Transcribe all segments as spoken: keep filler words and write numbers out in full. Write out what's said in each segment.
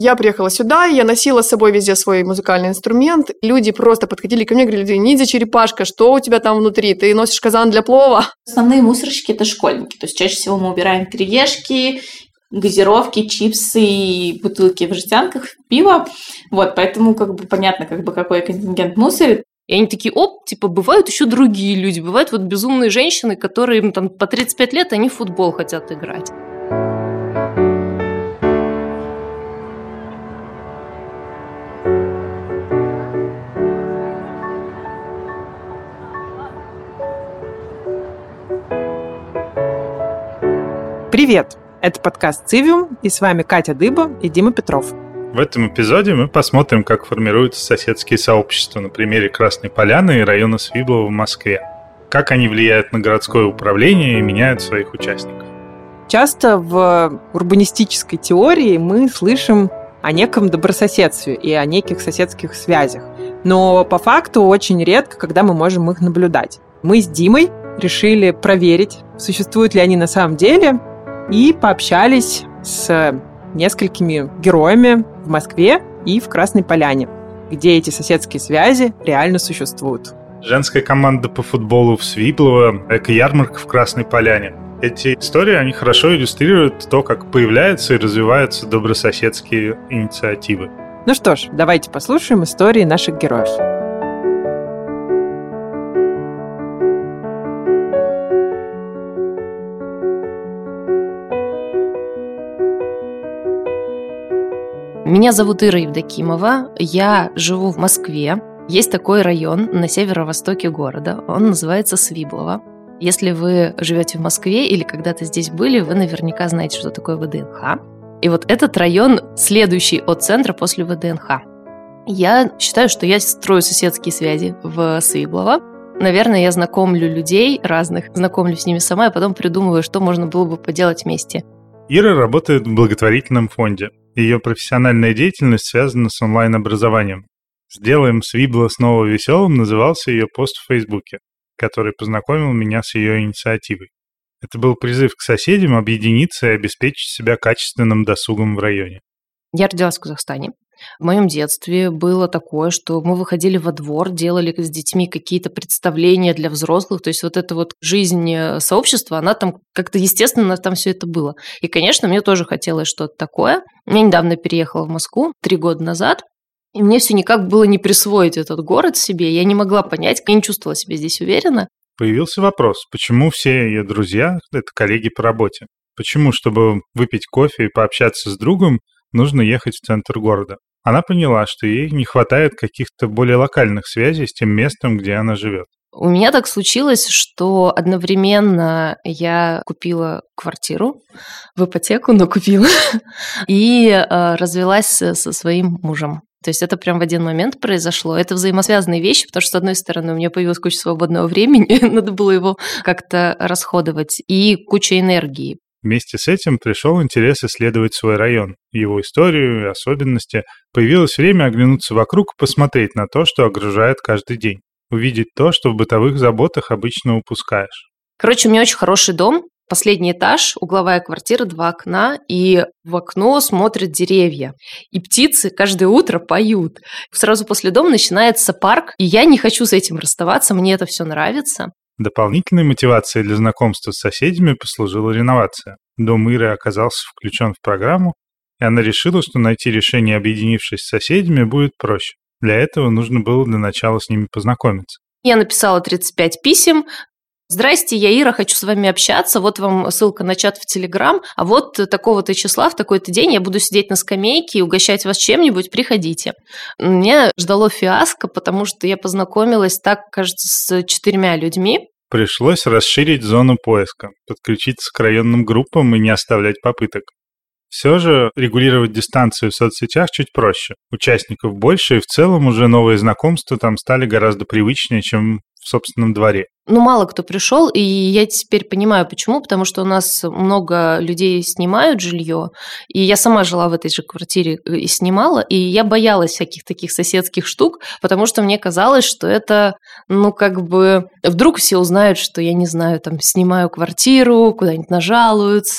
Я приехала сюда, я носила с собой везде свой музыкальный инструмент. Люди просто подходили ко мне и говорили: ниндзя-черепашка, что у тебя там внутри? Ты носишь казан для плова? Основные мусорщики – это школьники. То есть чаще всего мы убираем кириешки, газировки, чипсы и бутылки в жестянках, пиво. Вот, поэтому как бы понятно, как бы какой контингент мусорит. И они такие: оп, типа, бывают еще другие люди. Бывают вот безумные женщины, которые им там по тридцать пять лет, они в футбол хотят играть. Привет! Это подкаст «Цивиум», и с вами Катя Дыба и Дима Петров. В этом эпизоде мы посмотрим, как формируются соседские сообщества на примере Красной Поляны и района Свиблово в Москве. Как они влияют на городское управление и меняют своих участников. Часто в урбанистической теории мы слышим о неком добрососедстве и о неких соседских связях. Но по факту очень редко, когда мы можем их наблюдать. Мы с Димой решили проверить, существуют ли они на самом деле, и пообщались с несколькими героями в Москве и в Красной Поляне, где эти соседские связи реально существуют. Женская команда по футболу в Свиблово, эко-ярмарка в Красной Поляне. Эти истории, они хорошо иллюстрируют то, как появляются и развиваются добрососедские инициативы. Ну что ж, давайте послушаем истории наших героев. Меня зовут Ира Евдокимова, я живу в Москве. Есть такой район на северо-востоке города, он называется Свиблово. Если вы живете в Москве или когда-то здесь были, вы наверняка знаете, что такое ВДНХ. И вот этот район следующий от центра после ВДНХ. Я считаю, что я строю соседские связи в Свиблово. Наверное, я знакомлю людей разных, знакомлюсь с ними сама, и потом придумываю, что можно было бы поделать вместе. Ира работает в благотворительном фонде. Ее профессиональная деятельность связана с онлайн-образованием. «Сделаем Свиблово снова веселым» назывался ее пост в Фейсбуке, который познакомил меня с ее инициативой. Это был призыв к соседям объединиться и обеспечить себя качественным досугом в районе. Я родилась в Казахстане. В моем детстве было такое, что мы выходили во двор, делали с детьми какие-то представления для взрослых. То есть вот эта вот жизнь сообщества, она там как-то естественно там все это было. И, конечно, мне тоже хотелось что-то такое. Я недавно переехала в Москву, три года назад, и мне все никак было не присвоить этот город себе. Я не могла понять, я не чувствовала себя здесь уверенно. Появился вопрос, почему все ее друзья – это коллеги по работе? Почему, чтобы выпить кофе и пообщаться с другом, нужно ехать в центр города? Она поняла, что ей не хватает каких-то более локальных связей с тем местом, где она живет. У меня так случилось, что одновременно я купила квартиру в ипотеку, но купила, и э, развелась со своим мужем. То есть это прям в один момент произошло. Это взаимосвязанные вещи, потому что, с одной стороны, у меня появилась куча свободного времени, надо было его как-то расходовать, и куча энергии. Вместе с этим пришел интерес исследовать свой район, его историю и особенности. Появилось время оглянуться вокруг и посмотреть на то, что окружает каждый день. Увидеть то, что в бытовых заботах обычно упускаешь. Короче, у меня очень хороший дом. Последний этаж, угловая квартира, два окна, и в окно смотрят деревья. И птицы каждое утро поют. Сразу после дома начинается парк, и я не хочу с этим расставаться, мне это все нравится. Дополнительной мотивацией для знакомства с соседями послужила реновация. Дом Иры оказался включен в программу, и она решила, что найти решение, объединившись с соседями, будет проще. Для этого нужно было для начала с ними познакомиться. Я написала тридцать пять писем. «Здрасте, я Ира, хочу с вами общаться. Вот вам ссылка на чат в Телеграм. А вот такого-то числа, в такой-то день я буду сидеть на скамейке и угощать вас чем-нибудь. Приходите». Меня ждало фиаско, потому что я познакомилась, так, кажется, с четырьмя людьми. Пришлось расширить зону поиска, подключиться к районным группам и не оставлять попыток. Все же регулировать дистанцию в соцсетях чуть проще. Участников больше, и в целом уже новые знакомства там стали гораздо привычнее, чем в собственном дворе. Ну, мало кто пришел, и я теперь понимаю, почему, потому что у нас много людей снимают жилье, и я сама жила в этой же квартире и снимала, и я боялась всяких таких соседских штук, потому что мне казалось, что это, ну, как бы, вдруг все узнают, что я, не знаю, там, снимаю квартиру, куда-нибудь нажалуются.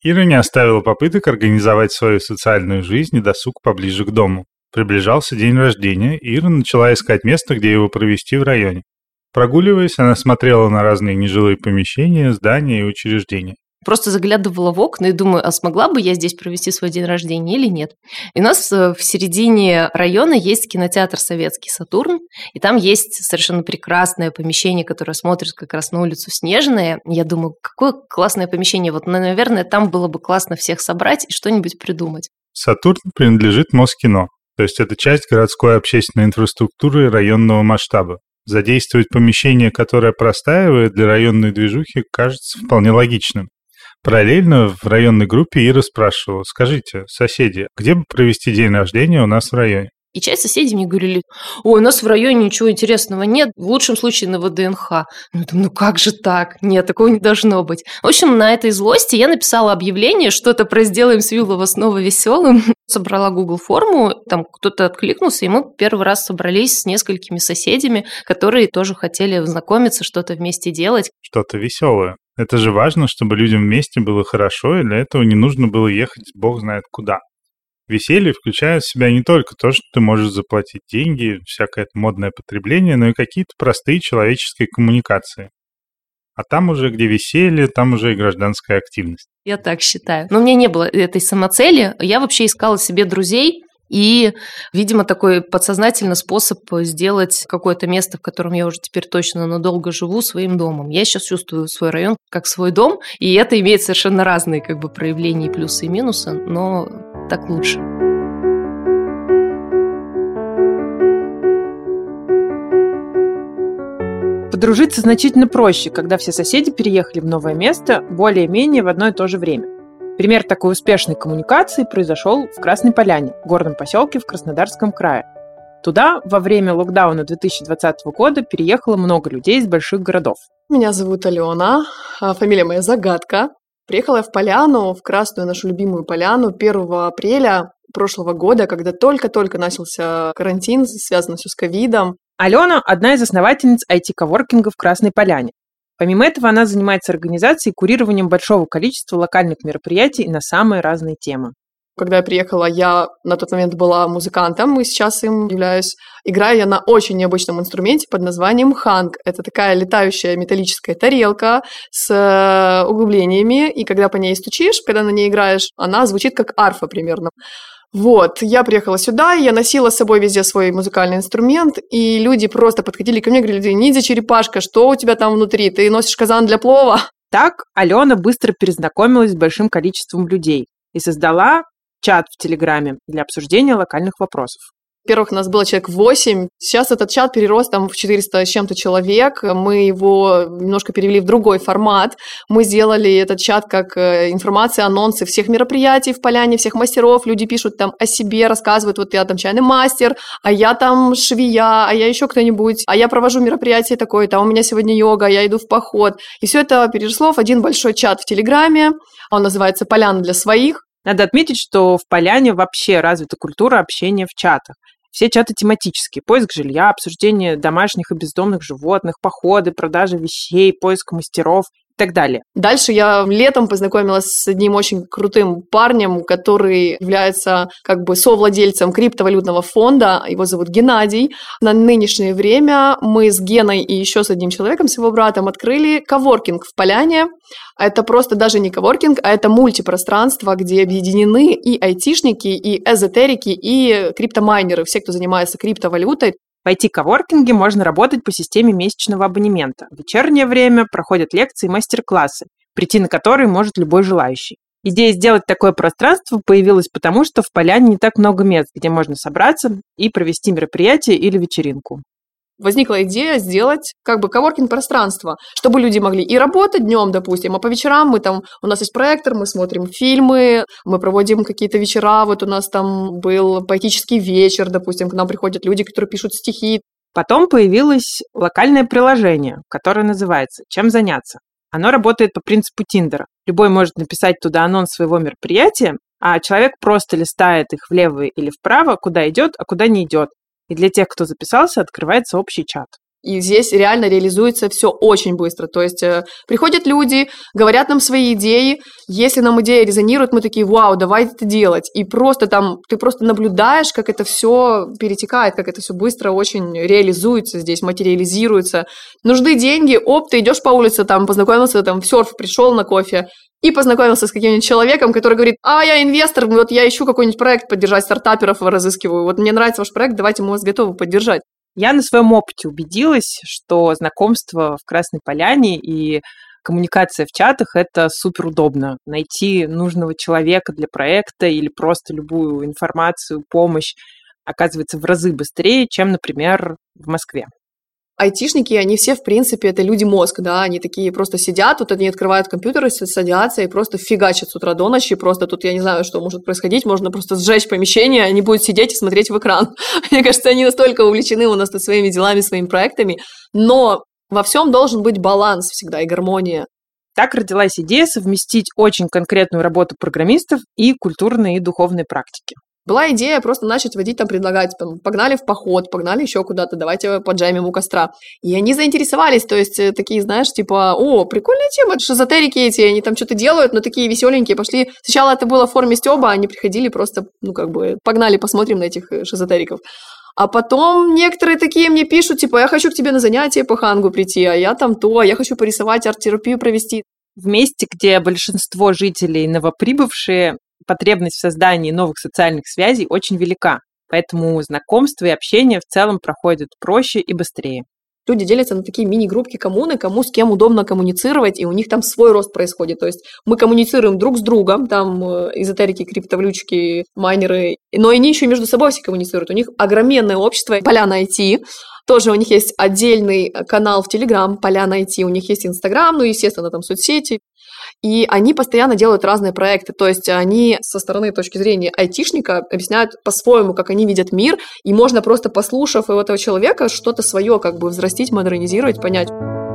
Ира не оставила попыток организовать свою социальную жизнь и досуг поближе к дому. Приближался день рождения, и Ира начала искать место, где его провести в районе. Прогуливаясь, она смотрела на разные нежилые помещения, здания и учреждения. Просто заглядывала в окна и думаю, а смогла бы я здесь провести свой день рождения или нет? И у нас в середине района есть кинотеатр «Советский Сатурн», и там есть совершенно прекрасное помещение, которое смотрит как раз на улицу Снежная. Я думаю, какое классное помещение. Вот, наверное, там было бы классно всех собрать и что-нибудь придумать. Сатурн принадлежит Москино, то есть это часть городской общественной инфраструктуры районного масштаба. Задействовать помещение, которое простаивает для районной движухи, кажется вполне логичным. Параллельно в районной группе Ира спрашивала: «Скажите, соседи, где бы провести день рождения у нас в районе?» И часть соседей мне говорили: ой, у нас в районе ничего интересного нет, в лучшем случае на ВДНХ. Ну, думаю, ну как же так? Нет, такого не должно быть. В общем, на этой злости я написала объявление, что-то про «Сделаем Свиблово снова веселым». Собрала Google форму, там кто-то откликнулся, и мы первый раз собрались с несколькими соседями, которые тоже хотели знакомиться, что-то вместе делать. Что-то веселое. Это же важно, чтобы людям вместе было хорошо, и для этого не нужно было ехать бог знает куда. Веселье включает в себя не только то, что ты можешь заплатить деньги, всякое модное потребление, но и какие-то простые человеческие коммуникации. А там уже, где веселье, там уже и гражданская активность. Я так считаю. Но у меня не было этой самоцели. Я вообще искала себе друзей. И, видимо, такой подсознательный способ сделать какое-то место, в котором я уже теперь точно надолго живу, своим домом. Я сейчас чувствую свой район как свой дом, и это имеет совершенно разные как бы проявления, плюсы и минусы, но так лучше. Подружиться значительно проще, когда все соседи переехали в новое место более-менее в одно и то же время. Пример такой успешной коммуникации произошел в Красной Поляне, горном поселке в Краснодарском крае. Туда во время локдауна две тысячи двадцатого года переехало много людей из больших городов. Меня зовут Алена, фамилия моя Загадка. Приехала я в Поляну, в Красную нашу любимую Поляну, первого апреля прошлого года, когда только-только начался карантин, связанный все с ковидом. Алена – одна из основательниц ай ти-коворкинга в Красной Поляне. Помимо этого, она занимается организацией и курированием большого количества локальных мероприятий на самые разные темы. Когда я приехала, я на тот момент была музыкантом, и сейчас им являюсь. Играю я на очень необычном инструменте под названием ханг. Это такая летающая металлическая тарелка с углублениями, и когда по ней стучишь, когда на ней играешь, она звучит как арфа примерно. Вот, я приехала сюда, я носила с собой везде свой музыкальный инструмент, и люди просто подходили ко мне и говорили: «Ниндзя-черепашка, что у тебя там внутри? Ты носишь казан для плова?» Так Алена быстро перезнакомилась с большим количеством людей и создала чат в Телеграме для обсуждения локальных вопросов. Во-первых, у нас было человек восемь. Сейчас этот чат перерос там в четыреста с чем-то человек. Мы его немножко перевели в другой формат. Мы сделали этот чат как информация, анонсы всех мероприятий в Поляне, всех мастеров. Люди пишут там о себе, рассказывают: вот я там чайный мастер, а я там швея, а я еще кто-нибудь, а я провожу мероприятие такое-то, а у меня сегодня йога, я иду в поход. И все это переросло в один большой чат в Телеграме. Он называется «Поляна для своих». Надо отметить, что в Поляне вообще развита культура общения в чатах. Все чаты тематические: поиск жилья, обсуждение домашних и бездомных животных, походы, продажа вещей, поиск мастеров и так далее. Дальше я летом познакомилась с одним очень крутым парнем, который является как бы совладельцем криптовалютного фонда. Его зовут Геннадий. На нынешнее время мы с Геной и еще с одним человеком, с его братом, открыли коворкинг в Поляне. Это просто даже не коворкинг, а это мультипространство, где объединены и айтишники, и эзотерики, и криптомайнеры, все, кто занимается криптовалютой. В ай ти-коворкинге можно работать по системе месячного абонемента. В вечернее время проходят лекции и мастер-классы, прийти на которые может любой желающий. Идея сделать такое пространство появилась потому, что в Поляне не так много мест, где можно собраться и провести мероприятие или вечеринку. Возникла идея сделать как бы коворкинг-пространство, чтобы люди могли и работать днем, допустим, а по вечерам мы там, у нас есть проектор, мы смотрим фильмы, мы проводим какие-то вечера, вот у нас там был поэтический вечер, допустим, к нам приходят люди, которые пишут стихи. Потом появилось локальное приложение, которое называется «Чем заняться?». Оно работает по принципу Тиндера. Любой может написать туда анонс своего мероприятия, а человек просто листает их влево или вправо, куда идет, а куда не идет. И для тех, кто записался, открывается общий чат. И здесь реально реализуется все очень быстро. То есть э, приходят люди, говорят нам свои идеи. Если нам идея резонирует, мы такие, вау, давай это делать. И просто там, ты просто наблюдаешь, как это все перетекает, как это все быстро очень реализуется здесь, материализируется. Нужны деньги, оп, ты идешь по улице, там, познакомился, там, в серф, пришел на кофе, и познакомился с каким-нибудь человеком, который говорит, а, я инвестор, вот я ищу какой-нибудь проект поддержать, стартаперов разыскиваю, вот мне нравится ваш проект, давайте мы вас готовы поддержать. Я на своем опыте убедилась, что знакомство в Красной Поляне и коммуникация в чатах – это супер удобно. Найти нужного человека для проекта или просто любую информацию, помощь оказывается в разы быстрее, чем, например, в Москве. Айтишники, они все, в принципе, это люди-мозг, да, они такие просто сидят, вот они открывают компьютеры, садятся и просто фигачат с утра до ночи, просто тут я не знаю, что может происходить, можно просто сжечь помещение, они будут сидеть и смотреть в экран. Мне кажется, они настолько увлечены у нас тут своими делами, своими проектами, но во всем должен быть баланс всегда и гармония. Так родилась идея совместить очень конкретную работу программистов и культурные и духовные практики. Была идея просто начать водить, там, предлагать, там, погнали в поход, погнали еще куда-то, давайте поджаймим у костра. И они заинтересовались, то есть такие, знаешь, типа, о, прикольная тема, шизотерики эти, они там что-то делают, но такие веселенькие, пошли. Сначала это было в форме стёба, они приходили просто, ну, как бы, погнали, посмотрим на этих шизотериков. А потом некоторые такие мне пишут, типа, я хочу к тебе на занятия по хангу прийти, а я там то, а я хочу порисовать, арт-терапию провести. В месте, где большинство жителей новоприбывшие, потребность в создании новых социальных связей очень велика, поэтому знакомство и общение в целом проходят проще и быстрее. Люди делятся на такие мини-группки коммуны, кому с кем удобно коммуницировать, и у них там свой рост происходит. То есть мы коммуницируем друг с другом, там эзотерики, криптовалютчики, майнеры, но они еще между собой все коммуницируют. У них огроменное общество Поляна ай ти, тоже у них есть отдельный канал в Телеграм, Поляна ай ти, у них есть Инстаграм, ну, естественно, там соцсети. И они постоянно делают разные проекты, то есть они со стороны точки зрения айтишника объясняют по-своему, как они видят мир, и можно просто, послушав у этого человека, что-то свое как бы взрастить, модернизировать, понять.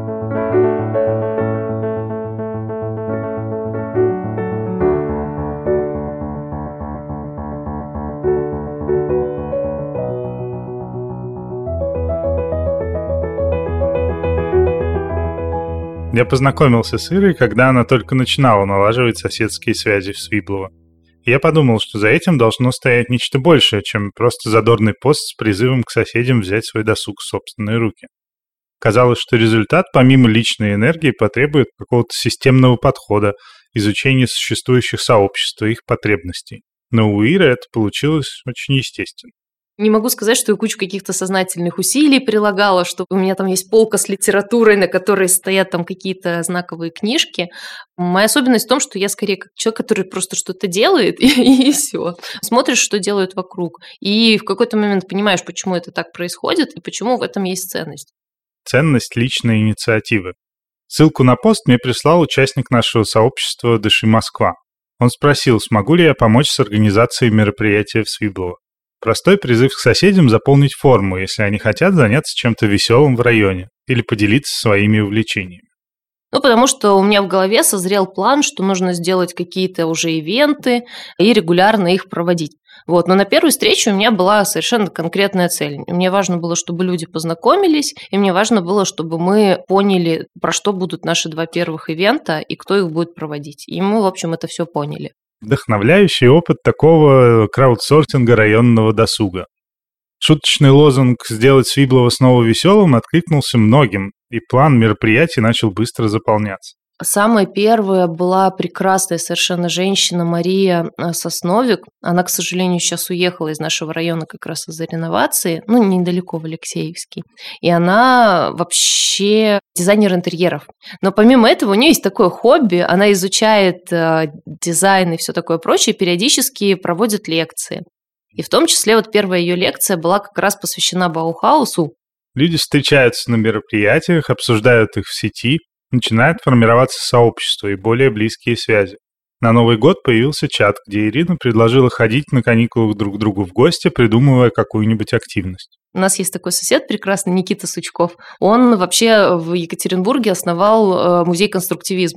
Я познакомился с Ирой, когда она только начинала налаживать соседские связи в Свиблово. И я подумал, что за этим должно стоять нечто большее, чем просто задорный пост с призывом к соседям взять свой досуг в собственные руки. Казалось, что результат, помимо личной энергии, потребует какого-то системного подхода, изучения существующих сообществ и их потребностей. Но у Иры это получилось очень естественно. Не могу сказать, что я кучу каких-то сознательных усилий прилагала, что у меня там есть полка с литературой, на которой стоят там какие-то знаковые книжки. Моя особенность в том, что я скорее как человек, который просто что-то делает, и, и все. Смотришь, что делают вокруг. И в какой-то момент понимаешь, почему это так происходит, и почему в этом есть ценность. Ценность личной инициативы. Ссылку на пост мне прислал участник нашего сообщества «Дыши Москва». Он спросил, смогу ли я помочь с организацией мероприятия в Свиблово. Простой призыв к соседям заполнить форму, если они хотят заняться чем-то веселым в районе или поделиться своими увлечениями. Ну, потому что у меня в голове созрел план, что нужно сделать какие-то уже ивенты и регулярно их проводить. Вот. Но на первой встрече у меня была совершенно конкретная цель. Мне важно было, чтобы люди познакомились, и мне важно было, чтобы мы поняли, про что будут наши два первых ивента и кто их будет проводить. И мы, в общем, это все поняли. Вдохновляющий опыт такого краудсорсинга районного досуга. Шуточный лозунг «Сделать Свиблово снова веселым» откликнулся многим, и план мероприятий начал быстро заполняться. Самая первая была прекрасная совершенно женщина Мария Сосновик. Она, к сожалению, сейчас уехала из нашего района как раз из-за реновации, ну, недалеко в Алексеевский. И она вообще дизайнер интерьеров. Но помимо этого у нее есть такое хобби. Она изучает дизайн и все такое прочее, периодически проводит лекции. И в том числе вот первая ее лекция была как раз посвящена Баухаусу. Люди встречаются на мероприятиях, обсуждают их в сети, начинает формироваться сообщество и более близкие связи. На Новый год появился чат, где Ирина предложила ходить на каникулах друг к другу в гости, придумывая какую-нибудь активность. У нас есть такой сосед прекрасный, Никита Сучков. Он вообще в Екатеринбурге основал музей конструктивизма.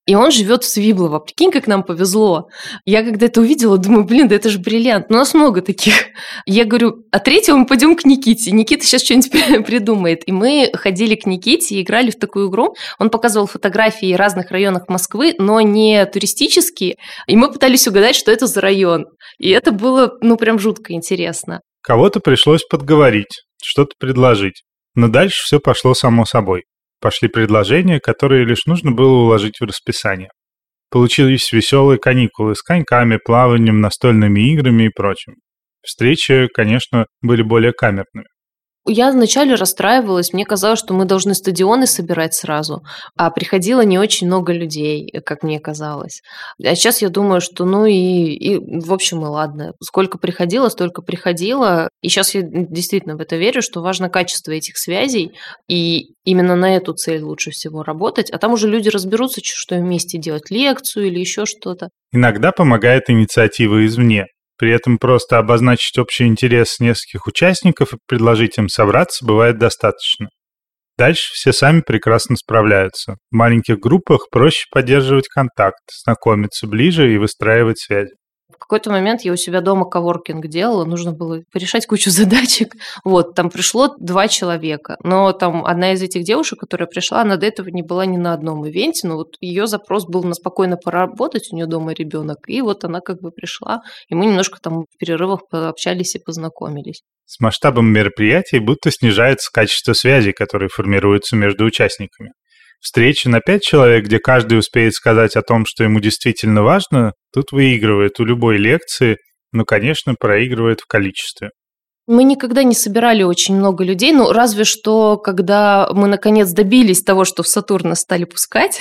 И он живет в Свиблово. Прикинь, как нам повезло. Я когда это увидела, думаю, блин, да это же бриллиант. У нас много таких. Я говорю, а третьего мы пойдем к Никите. Никита сейчас что-нибудь придумает. И мы ходили к Никите и играли в такую игру. Он показывал фотографии разных районов Москвы, но не туристические. И мы пытались угадать, что это за район. И это было, ну, прям жутко интересно. Кого-то пришлось подговорить, что-то предложить. Но дальше все пошло само собой. Пошли предложения, которые лишь нужно было уложить в расписание. Получились веселые каникулы с коньками, плаванием, настольными играми и прочим. Встречи, конечно, были более камерными. Я вначале расстраивалась, мне казалось, что мы должны стадионы собирать сразу, а приходило не очень много людей, как мне казалось. А сейчас я думаю, что ну и, и в общем, и ладно. Сколько приходило, столько приходило. И сейчас я действительно в это верю, что важно качество этих связей, и именно на эту цель лучше всего работать, а там уже люди разберутся, что им вместе делать, лекцию или еще что-то. Иногда помогает инициатива извне. При этом просто обозначить общий интерес нескольких участников и предложить им собраться бывает достаточно. Дальше все сами прекрасно справляются. В маленьких группах проще поддерживать контакт, знакомиться ближе и выстраивать связи. В какой-то момент я у себя дома коворкинг делала, нужно было порешать кучу задачек. Вот, там пришло два человека, но там одна из этих девушек, которая пришла, она до этого не была ни на одном ивенте, но вот ее запрос был на спокойно поработать, у нее дома ребенок, и вот она как бы пришла, и мы немножко там в перерывах пообщались и познакомились. С масштабом мероприятий будто снижается качество связей, которые формируются между участниками. Встречи на пять человек, где каждый успеет сказать о том, что ему действительно важно, тут выигрывает у любой лекции, но, конечно, проигрывает в количестве. Мы никогда не собирали очень много людей, ну, разве что, когда мы, наконец, добились того, что в Сатурн нас стали пускать,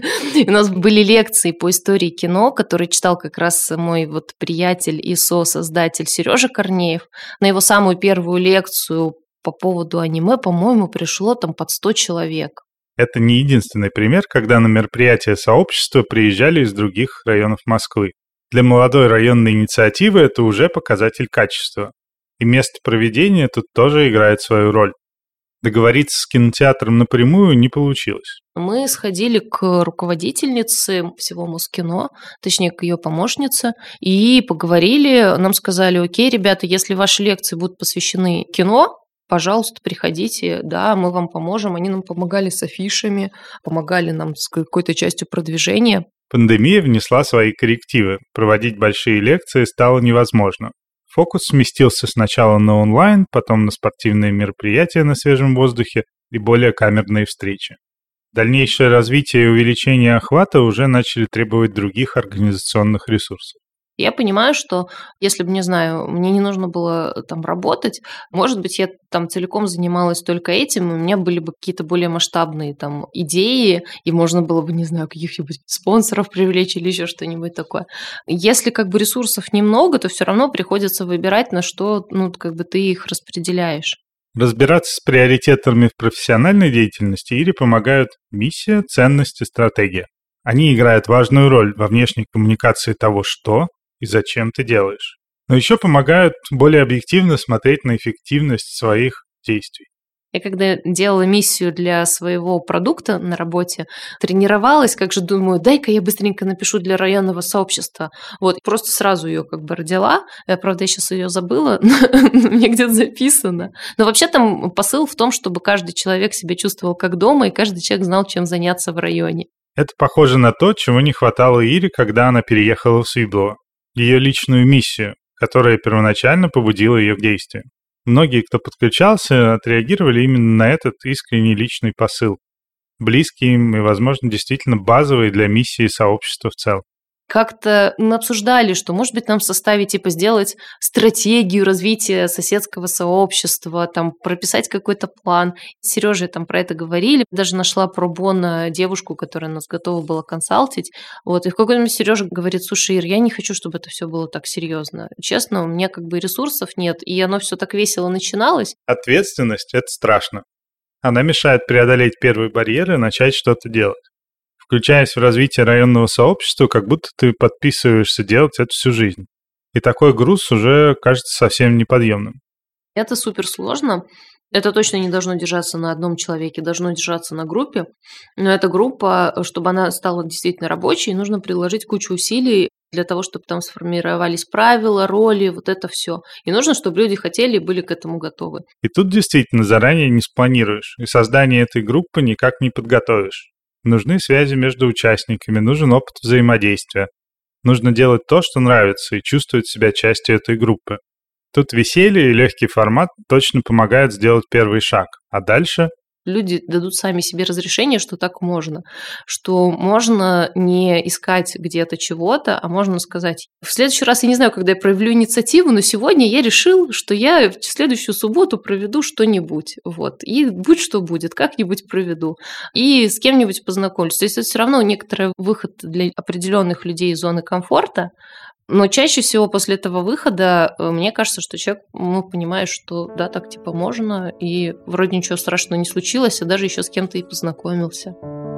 у нас были лекции по истории кино, которые читал как раз мой вот приятель и со-создатель Сережа Корнеев. На его самую первую лекцию по поводу аниме, по-моему, пришло там под сто человек. Это не единственный пример, когда на мероприятия сообщества приезжали из других районов Москвы. Для молодой районной инициативы это уже показатель качества. И место проведения тут тоже играет свою роль. Договориться с кинотеатром напрямую не получилось. Мы сходили к руководительнице всего Москино, точнее, к ее помощнице, и поговорили. Нам сказали, окей, ребята, если ваши лекции будут посвящены кино, пожалуйста, приходите, да, мы вам поможем. Они нам помогали с афишами, помогали нам с какой-то частью продвижения. Пандемия внесла свои коррективы. Проводить большие лекции стало невозможно. Фокус сместился сначала на онлайн, потом на спортивные мероприятия на свежем воздухе и более камерные встречи. Дальнейшее развитие и увеличение охвата уже начали требовать других организационных ресурсов. Я понимаю, что если бы, не знаю, мне не нужно было там работать, может быть, я там целиком занималась только этим, у меня были бы какие-то более масштабные там идеи, и можно было бы, не знаю, каких-нибудь спонсоров привлечь или еще что-нибудь такое. Если как бы ресурсов немного, то все равно приходится выбирать, на что, ну, как бы ты их распределяешь. Разбираться с приоритетами в профессиональной деятельности Ире помогают миссия, ценности, стратегия. Они играют важную роль во внешней коммуникации того, что и зачем ты делаешь. Но еще помогают более объективно смотреть на эффективность своих действий. Я когда делала миссию для своего продукта на работе, тренировалась, как же думаю, дай-ка я быстренько напишу для районного сообщества. Вот, просто сразу ее как бы родила. Я, правда, я сейчас ее забыла, но мне где-то записано. Но вообще там посыл в том, чтобы каждый человек себя чувствовал как дома, и каждый человек знал, чем заняться в районе. Это похоже на то, чего не хватало Ире, когда она переехала в Свиблово. Ее личную миссию, которая первоначально побудила ее к действию. Многие, кто подключался, отреагировали именно на этот искренний личный посыл. Близкий им и, возможно, действительно базовый для миссии сообщества в целом. Как-то мы обсуждали, что, может быть, нам в составе типа сделать стратегию развития соседского сообщества, там прописать какой-то план. С Сережей там про это говорили. Даже нашла пробонно девушку, которая нас готова была консалтить. Вот. И в какой-то момент Сережа говорит, слушай, Ир, я не хочу, чтобы это все было так серьезно. Честно, у меня как бы ресурсов нет, и оно все так весело начиналось. Ответственность – это страшно. Она мешает преодолеть первые барьеры и начать что-то делать. Включаясь в развитие районного сообщества, как будто ты подписываешься делать это всю жизнь. И такой груз уже кажется совсем неподъемным. Это супер сложно. Это точно не должно держаться на одном человеке, должно держаться на группе. Но эта группа, чтобы она стала действительно рабочей, нужно приложить кучу усилий для того, чтобы там сформировались правила, роли, вот это все. И нужно, чтобы люди хотели и были к этому готовы. И тут действительно заранее не спланируешь, и создание этой группы никак не подготовишь. Нужны связи между участниками, нужен опыт взаимодействия. Нужно делать то, что нравится, и чувствовать себя частью этой группы. Тут веселье и легкий формат точно помогают сделать первый шаг. А дальше? Люди дадут сами себе разрешение, что так можно. Что можно не искать где-то чего-то, а можно сказать, в следующий раз я не знаю, когда я проявлю инициативу, но сегодня я решил, что я в следующую субботу проведу что-нибудь. Вот. И будь что будет, как-нибудь проведу. И с кем-нибудь познакомлюсь. То есть это все равно некоторый выход для определенных людей из зоны комфорта. Но чаще всего после этого выхода мне кажется, что человек ну, понимает, что да, так типа можно, и вроде ничего страшного не случилось, а даже еще с кем-то и познакомился.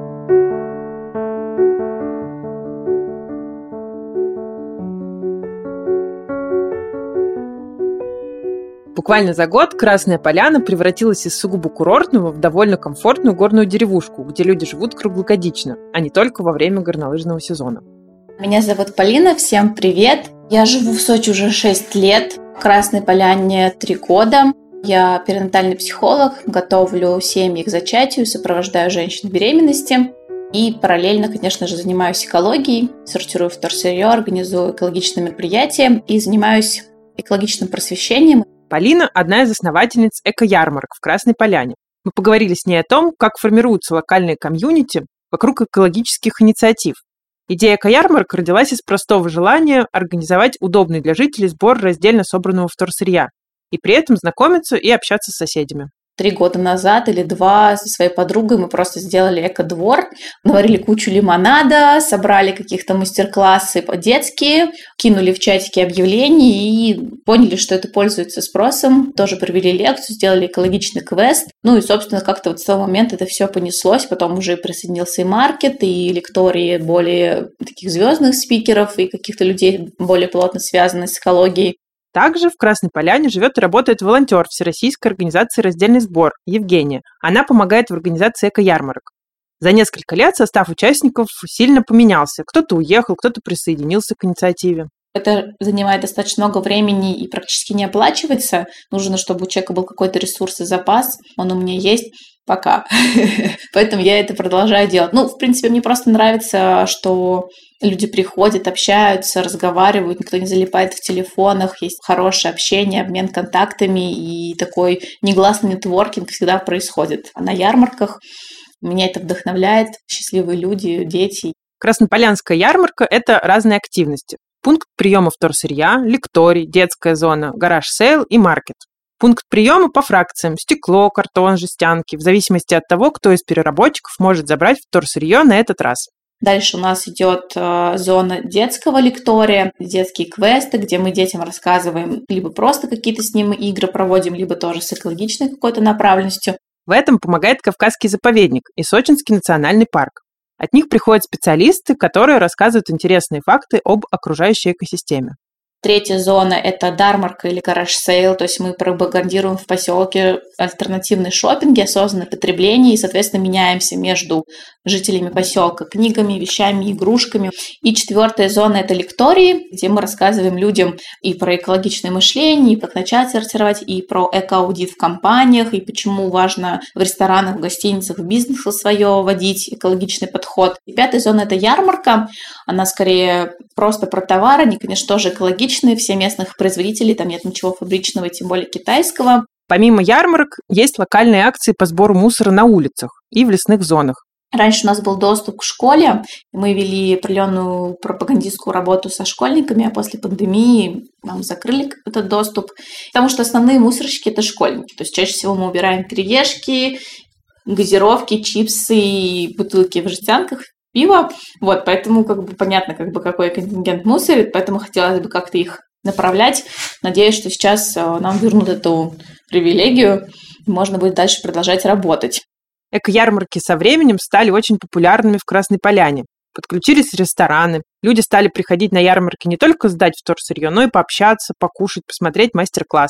Буквально за год Красная Поляна превратилась из сугубо курортного в довольно комфортную горную деревушку, где люди живут круглогодично, а не только во время горнолыжного сезона. Меня зовут Полина, всем привет. Я живу в Сочи уже шесть лет, в Красной Поляне три года. Я перинатальный психолог, готовлю семьи к зачатию, сопровождаю женщин в беременности. И параллельно, конечно же, занимаюсь экологией, сортирую вторсырье, организую экологичные мероприятия и занимаюсь экологичным просвещением. Полина – одна из основательниц эко-ярмарок в Красной Поляне. Мы поговорили с ней о том, как формируются локальные комьюнити вокруг экологических инициатив. Идея эко-ярмарок родилась из простого желания организовать удобный для жителей сбор раздельно собранного вторсырья и при этом знакомиться и общаться с соседями. Три года назад или два со своей подругой мы просто сделали эко-двор, наварили кучу лимонада, собрали каких-то мастер-классы детские, кинули в чатике объявлений и поняли, что это пользуется спросом. Тоже провели лекцию, сделали экологичный квест. Ну и, собственно, как-то вот с того момента это все понеслось. Потом уже присоединился и маркет, и лектории более таких звездных спикеров, и каких-то людей более плотно связанных с экологией. Также в Красной Поляне живет и работает волонтер Всероссийской организации «Раздельный сбор» Евгения. Она помогает в организации эко-ярмарок. За несколько лет состав участников сильно поменялся. Кто-то уехал, кто-то присоединился к инициативе. Это занимает достаточно много времени и практически не оплачивается. Нужно, чтобы у человека был какой-то ресурс и запас. Он у меня есть. Пока. Поэтому я это продолжаю делать. Ну, в принципе, мне просто нравится, что люди приходят, общаются, разговаривают, никто не залипает в телефонах, есть хорошее общение, обмен контактами, и такой негласный нетворкинг всегда происходит. А на ярмарках меня это вдохновляет. Счастливые люди, дети. Краснополянская ярмарка – это разные активности. Пункт приема вторсырья, лекторий, детская зона, гараж-сейл и маркет. Пункт приема по фракциям – стекло, картон, жестянки, в зависимости от того, кто из переработчиков может забрать вторсырье на этот раз. Дальше у нас идет э, зона детского лектория, детские квесты, где мы детям рассказываем, либо просто какие-то с ними игры проводим, либо тоже с экологичной какой-то направленностью. В этом помогает Кавказский заповедник и Сочинский национальный парк. От них приходят специалисты, которые рассказывают интересные факты об окружающей экосистеме. Третья зона – это дармарка или гараж-сейл, то есть мы пропагандируем в поселке альтернативные шопинги, осознанное потребление и, соответственно, меняемся между жителями поселка книгами, вещами, игрушками. И четвертая зона – это лектории, где мы рассказываем людям и про экологичное мышление, и как начать сортировать, и про эко-аудит в компаниях, и почему важно в ресторанах, в гостиницах, в бизнесе свое вводить экологичный подход. И пятая зона – это ярмарка, она скорее просто про товары, они, конечно, тоже экологичные, все местных производителей, там нет ничего фабричного, тем более китайского. Помимо ярмарок, есть локальные акции по сбору мусора на улицах и в лесных зонах. Раньше у нас был доступ к школе, мы вели определенную пропагандистскую работу со школьниками, а после пандемии нам закрыли этот доступ, потому что основные мусорщики – это школьники. То есть чаще всего мы убираем кириешки, газировки, чипсы, бутылки в жестянках, пиво. Вот, поэтому как бы понятно, как бы какой контингент мусорит, поэтому хотелось бы как-то их направлять. Надеюсь, что сейчас нам вернут эту привилегию, и можно будет дальше продолжать работать. Эко-ярмарки со временем стали очень популярными в Красной Поляне. Подключились рестораны. Люди стали приходить на ярмарки не только сдать вторсырье, но и пообщаться, покушать, посмотреть мастер-классы.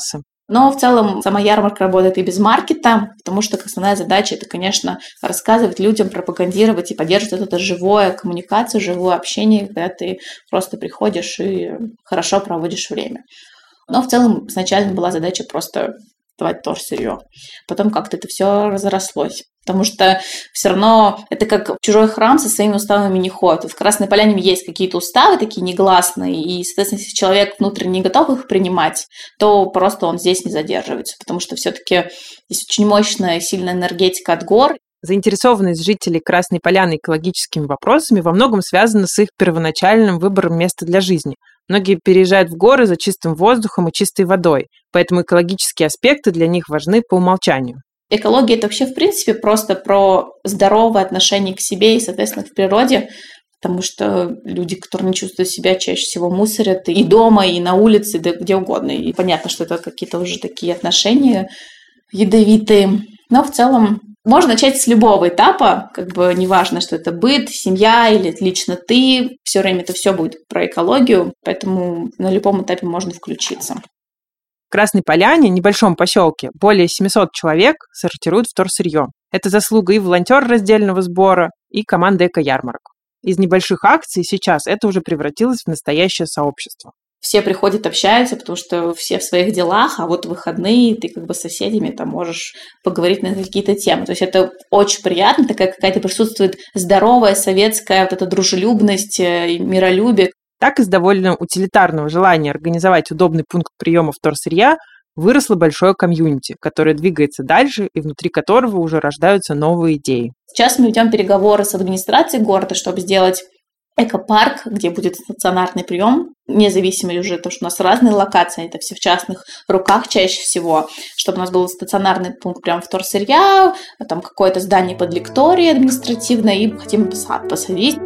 Но в целом сама ярмарка работает и без маркета, потому что основная задача – это, конечно, рассказывать людям, пропагандировать и поддерживать это живое коммуникацию, живое общение, когда ты просто приходишь и хорошо проводишь время. Но в целом изначально была задача просто давать вторсырье. Потом как-то это все разрослось. Потому что все равно это как в чужой храм со своими уставами не ходит. В Красной Поляне есть какие-то уставы такие негласные, и, соответственно, если человек внутренне не готов их принимать, то просто он здесь не задерживается, потому что все-таки здесь очень мощная, сильная энергетика от гор. Заинтересованность жителей Красной Поляны экологическими вопросами во многом связана с их первоначальным выбором места для жизни. Многие переезжают в горы за чистым воздухом и чистой водой, поэтому экологические аспекты для них важны по умолчанию. Экология – это вообще, в принципе, просто про здоровое отношение к себе и, соответственно, к природе, потому что люди, которые не чувствуют себя, чаще всего мусорят и дома, и на улице, да где угодно. И понятно, что это какие-то уже такие отношения ядовитые. Но в целом можно начать с любого этапа, как бы неважно, что это быт, семья или лично ты, все время это все будет про экологию, поэтому на любом этапе можно включиться. В Красной Поляне, небольшом поселке, более семьсот человек сортируют вторсырье. Это заслуга и волонтер раздельного сбора, и команды эко-ярмарок. Из небольших акций сейчас это уже превратилось в настоящее сообщество. Все приходят, общаются, потому что все в своих делах, а вот в выходные ты как бы с соседями там можешь поговорить на какие-то темы. То есть это очень приятно, такая какая-то присутствует здоровая советская вот эта дружелюбность, миролюбие. Так из довольно утилитарного желания организовать удобный пункт приема вторсырья выросло большое комьюнити, которое двигается дальше и внутри которого уже рождаются новые идеи. Сейчас мы ведем переговоры с администрацией города, чтобы сделать экопарк, где будет стационарный прием, независимо уже, потому что у нас разные локации, это все в частных руках чаще всего, чтобы у нас был стационарный пункт прямо вторсырья, там какое-то здание под лекторией административное, и хотим сад посадить.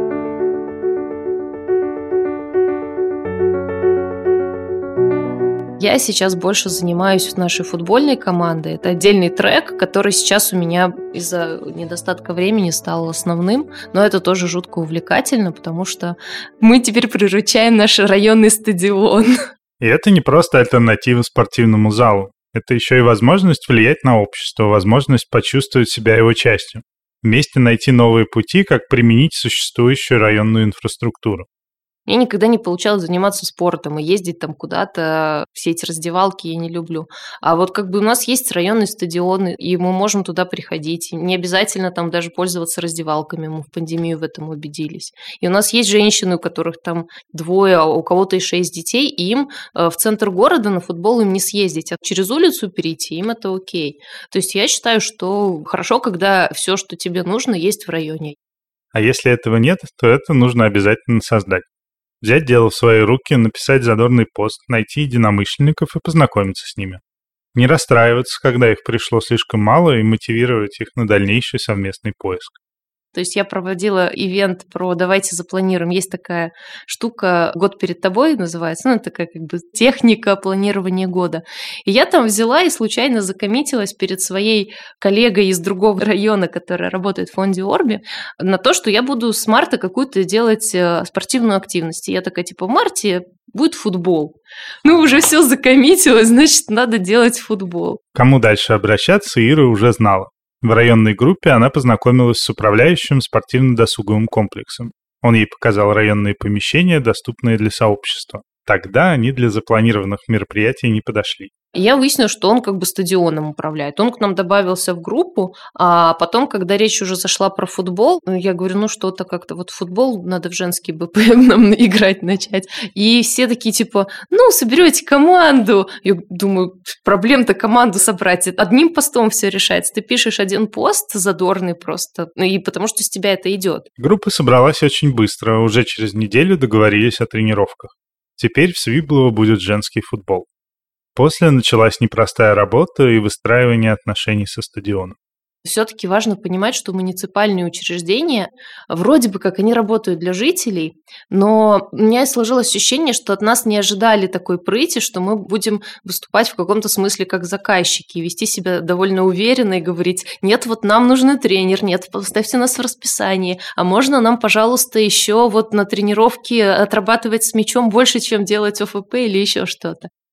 Я сейчас больше занимаюсь нашей футбольной командой. Это отдельный трек, который сейчас у меня из-за недостатка времени стал основным, но это тоже жутко увлекательно, потому что мы теперь приручаем наш районный стадион. И это не просто альтернатива спортивному залу. Это еще и возможность влиять на общество, возможность почувствовать себя его частью. Вместе найти новые пути, как применить существующую районную инфраструктуру. Мне никогда не получалось заниматься спортом и ездить там куда-то, все эти раздевалки я не люблю. А вот как бы у нас есть районные стадионы, и мы можем туда приходить. И не обязательно там даже пользоваться раздевалками, мы в пандемию в этом убедились. И у нас есть женщины, у которых там двое, а у кого-то и шесть детей, и им в центр города на футбол им не съездить, а через улицу перейти, им это окей. То есть я считаю, что хорошо, когда все, что тебе нужно, есть в районе. А если этого нет, то это нужно обязательно создать. Взять дело в свои руки, написать задорный пост, найти единомышленников и познакомиться с ними. Не расстраиваться, когда их пришло слишком мало, и мотивировать их на дальнейший совместный поиск. То есть я проводила ивент про «давайте запланируем». Есть такая штука «Год перед тобой» называется. Ну, это такая как бы техника планирования года. И я там взяла и случайно закоммитилась перед своей коллегой из другого района, которая работает в фонде Орби, на то, что я буду с марта какую-то делать спортивную активность. И я такая, типа, в марте будет футбол. Ну, уже все закоммитилось, значит, надо делать футбол. Кому дальше обращаться, Ира уже знала. В районной группе она познакомилась с управляющим спортивно-досуговым комплексом. Он ей показал районные помещения, доступные для сообщества. Тогда они для запланированных мероприятий не подошли. Я выяснила, что он как бы стадионом управляет. Он к нам добавился в группу, а потом, когда речь уже зашла про футбол, я говорю, ну что-то как-то вот футбол надо в женский бэ пэ эм нам играть начать. И все такие типа, ну, соберете команду. Я думаю, проблем-то команду собрать. Одним постом все решается. Ты пишешь один пост задорный просто, и потому что с тебя это идет. Группа собралась очень быстро. Уже через неделю договорились о тренировках. Теперь в Свиблово будет женский футбол. После началась непростая работа и выстраивание отношений со стадионом. Все-таки важно понимать, что муниципальные учреждения, вроде бы как они работают для жителей, но у меня сложилось ощущение, что от нас не ожидали такой прыти, что мы будем выступать в каком-то смысле как заказчики, вести себя довольно уверенно и говорить, нет, вот нам нужен тренер, нет, поставьте нас в расписание, а можно нам, пожалуйста, еще вот на тренировке отрабатывать с мячом больше, чем делать о эф пэ или еще что-то.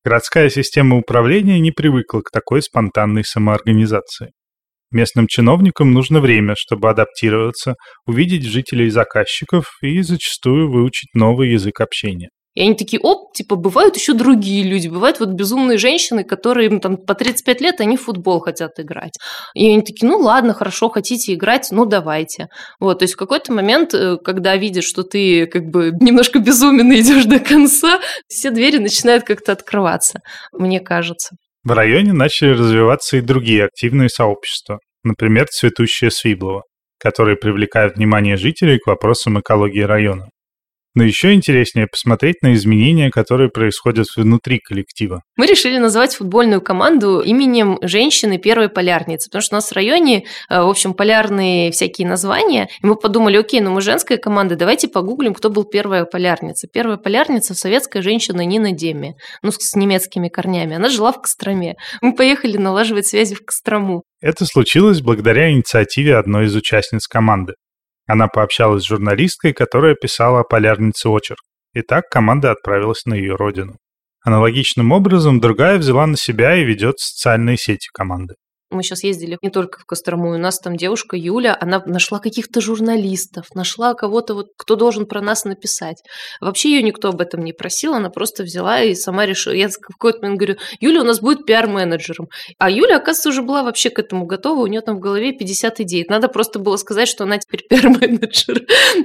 Городская система управления не привыкла к такой спонтанной самоорганизации. Местным чиновникам нужно время, чтобы адаптироваться, увидеть жителей и заказчиков и зачастую выучить новый язык общения. И они такие, оп, типа, бывают еще другие люди, бывают вот безумные женщины, которые им там по тридцать пять лет, они в футбол хотят играть. И они такие, ну ладно, хорошо, хотите играть, ну давайте. Вот, то есть в какой-то момент, когда видят, что ты как бы немножко безумен и идешь до конца, все двери начинают как-то открываться, мне кажется. В районе начали развиваться и другие активные сообщества, например, цветущее Свиблово, которые привлекают внимание жителей к вопросам экологии района. Но еще интереснее посмотреть на изменения, которые происходят внутри коллектива. Мы решили назвать футбольную команду именем женщины первой полярницы, потому что у нас в районе, в общем, полярные всякие названия, и мы подумали, окей, ну мы женская команда, давайте погуглим, кто был первая полярница. Первая полярница – советская женщина Нина Демме, ну, с немецкими корнями. Она жила в Костроме. Мы поехали налаживать связи в Кострому. Это случилось благодаря инициативе одной из участниц команды. Она пообщалась с журналисткой, которая писала о полярнице очерк, и так команда отправилась на ее родину. Аналогичным образом другая взяла на себя и ведет социальные сети команды. Мы сейчас ездили не только в Кострому, у нас там девушка Юля, она нашла каких-то журналистов, нашла кого-то, вот, кто должен про нас написать. Вообще ее никто об этом не просил, она просто взяла и сама решила. Я в какой-то момент говорю, Юля у нас будет пиар-менеджером. А Юля, оказывается, уже была вообще к этому готова, у нее там в голове пятьдесят идей. Надо просто было сказать, что она теперь пиар-менеджер.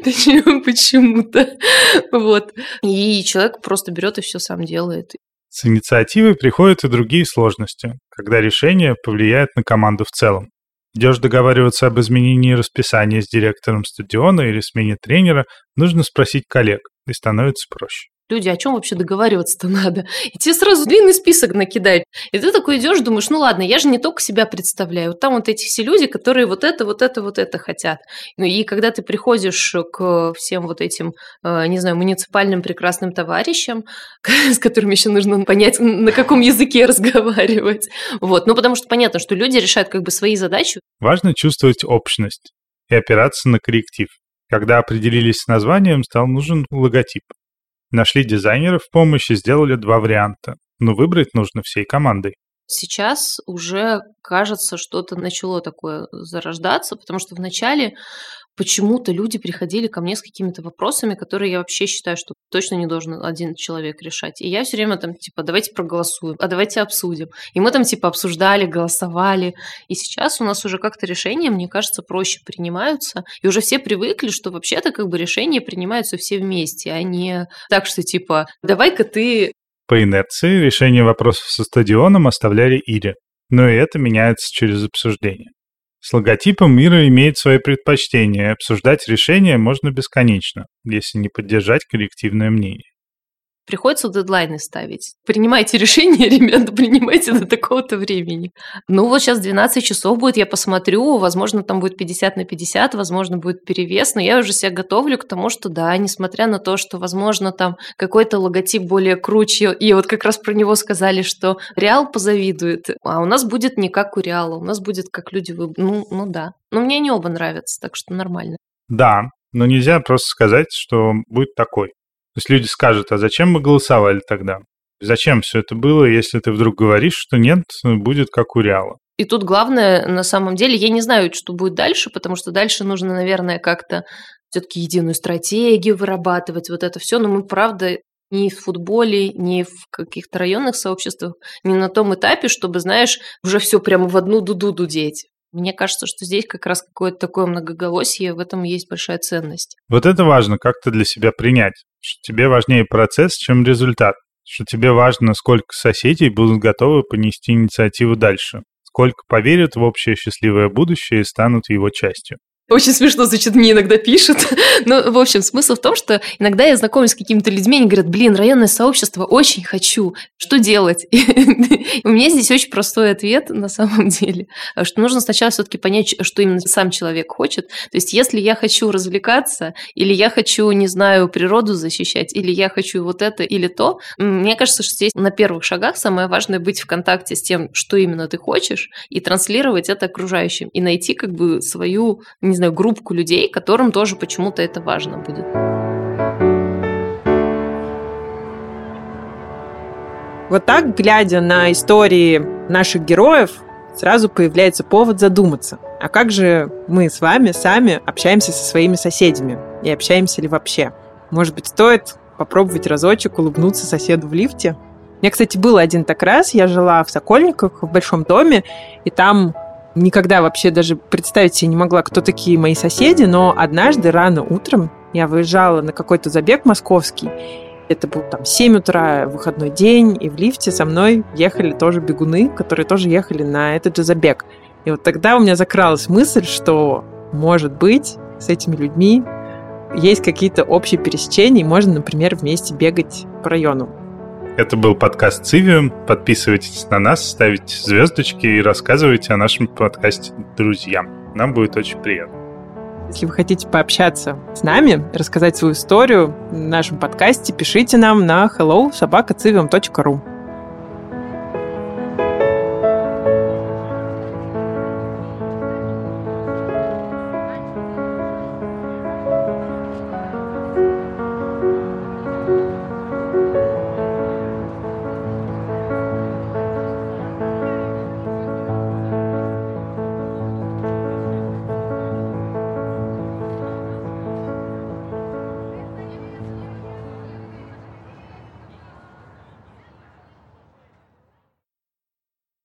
Почему-то. Вот. И человек просто берет и все сам делает. С инициативой приходят и другие сложности, когда решение повлияет на команду в целом. Идешь договариваться об изменении расписания с директором стадиона или смене тренера, нужно спросить коллег, и становится проще. Люди, о чем вообще договариваться-то надо? И тебе сразу длинный список накидают. И ты такой идешь, думаешь, ну ладно, я же не только себя представляю. Вот там вот эти все люди, которые вот это, вот это, вот это хотят. Ну и когда ты приходишь к всем вот этим, не знаю, муниципальным прекрасным товарищам, с которыми еще нужно понять, на каком языке разговаривать. Вот. Ну потому что понятно, что люди решают как бы свои задачи. Важно чувствовать общность и опираться на коллектив. Когда определились с названием, стал нужен логотип. Нашли дизайнеров в помощь и сделали два варианта, но выбрать нужно всей командой. Сейчас уже, кажется, что-то начало такое зарождаться, потому что вначале почему-то люди приходили ко мне с какими-то вопросами, которые я вообще считаю, что точно не должен один человек решать. И я все время там, типа, давайте проголосуем, а давайте обсудим. И мы там, типа, обсуждали, голосовали. И сейчас у нас уже как-то решения, мне кажется, проще принимаются. И уже все привыкли, что вообще-то как бы решения принимаются все вместе, а не так, что, типа, давай-ка ты... По инерции решение вопросов со стадионом оставляли Ире, но и это меняется через обсуждение. С логотипом Ира имеет свои предпочтения, и обсуждать решения можно бесконечно, если не поддержать коллективное мнение. Приходится дедлайны ставить. Принимайте решение, ребята, принимайте до такого-то времени. Ну вот сейчас двенадцать часов будет, я посмотрю, возможно, там будет пятьдесят на пятьдесят, возможно, будет перевес, но я уже себя готовлю к тому, что да, несмотря на то, что, возможно, там какой-то логотип более круче, и вот как раз про него сказали, что Реал позавидует, а у нас будет не как у Реала, у нас будет как люди выбрали. Ну, ну да, но мне они оба нравятся, так что нормально. Да, но нельзя просто сказать, что будет такой. То есть люди скажут, а зачем мы голосовали тогда? Зачем все это было, если ты вдруг говоришь, что нет, будет как у Реала? И тут главное, на самом деле, я не знаю, что будет дальше, потому что дальше нужно, наверное, как-то все-таки единую стратегию вырабатывать, вот это все, но мы, правда, ни в футболе, ни в каких-то районных сообществах, не на том этапе, чтобы, знаешь, уже все прямо в одну дуду дудеть. Мне кажется, что здесь как раз какое-то такое многоголосие, в этом есть большая ценность. Вот это важно как-то для себя принять, что тебе важнее процесс, чем результат, что тебе важно, сколько соседей будут готовы понести инициативу дальше, сколько поверят в общее счастливое будущее и станут его частью. Очень смешно, значит, мне иногда пишут. Но, в общем, смысл в том, что иногда я знакомлюсь с какими-то людьми, они говорят, блин, районное сообщество, очень хочу. Что делать? У меня здесь очень простой ответ, на самом деле, что нужно сначала все-таки понять, что именно сам человек хочет. То есть, если я хочу развлекаться, или я хочу, не знаю, природу защищать, или я хочу вот это, или то, мне кажется, что здесь на первых шагах самое важное быть в контакте с тем, что именно ты хочешь, и транслировать это окружающим, и найти как бы свою, не знаю, группку людей, которым тоже почему-то это важно будет. Вот так, глядя на истории наших героев, сразу появляется повод задуматься. А как же мы с вами сами общаемся со своими соседями? И общаемся ли вообще? Может быть, стоит попробовать разочек улыбнуться соседу в лифте? У меня, кстати, был один так раз. Я жила в Сокольниках, в большом доме, и там никогда вообще даже представить себе не могла, кто такие мои соседи, но однажды рано утром я выезжала на какой-то забег московский. Это был там семь утра, выходной день, и в лифте со мной ехали тоже бегуны, которые тоже ехали на этот же забег. И вот тогда у меня закралась мысль, что, может быть, с этими людьми есть какие-то общие пересечения, и можно, например, вместе бегать по району. Это был подкаст Цивиум. Подписывайтесь на нас, ставите звездочки и рассказывайте о нашем подкасте друзьям. Нам будет очень приятно. Если вы хотите пообщаться с нами, рассказать свою историю в нашем подкасте, пишите нам на hello собака civium точка ru.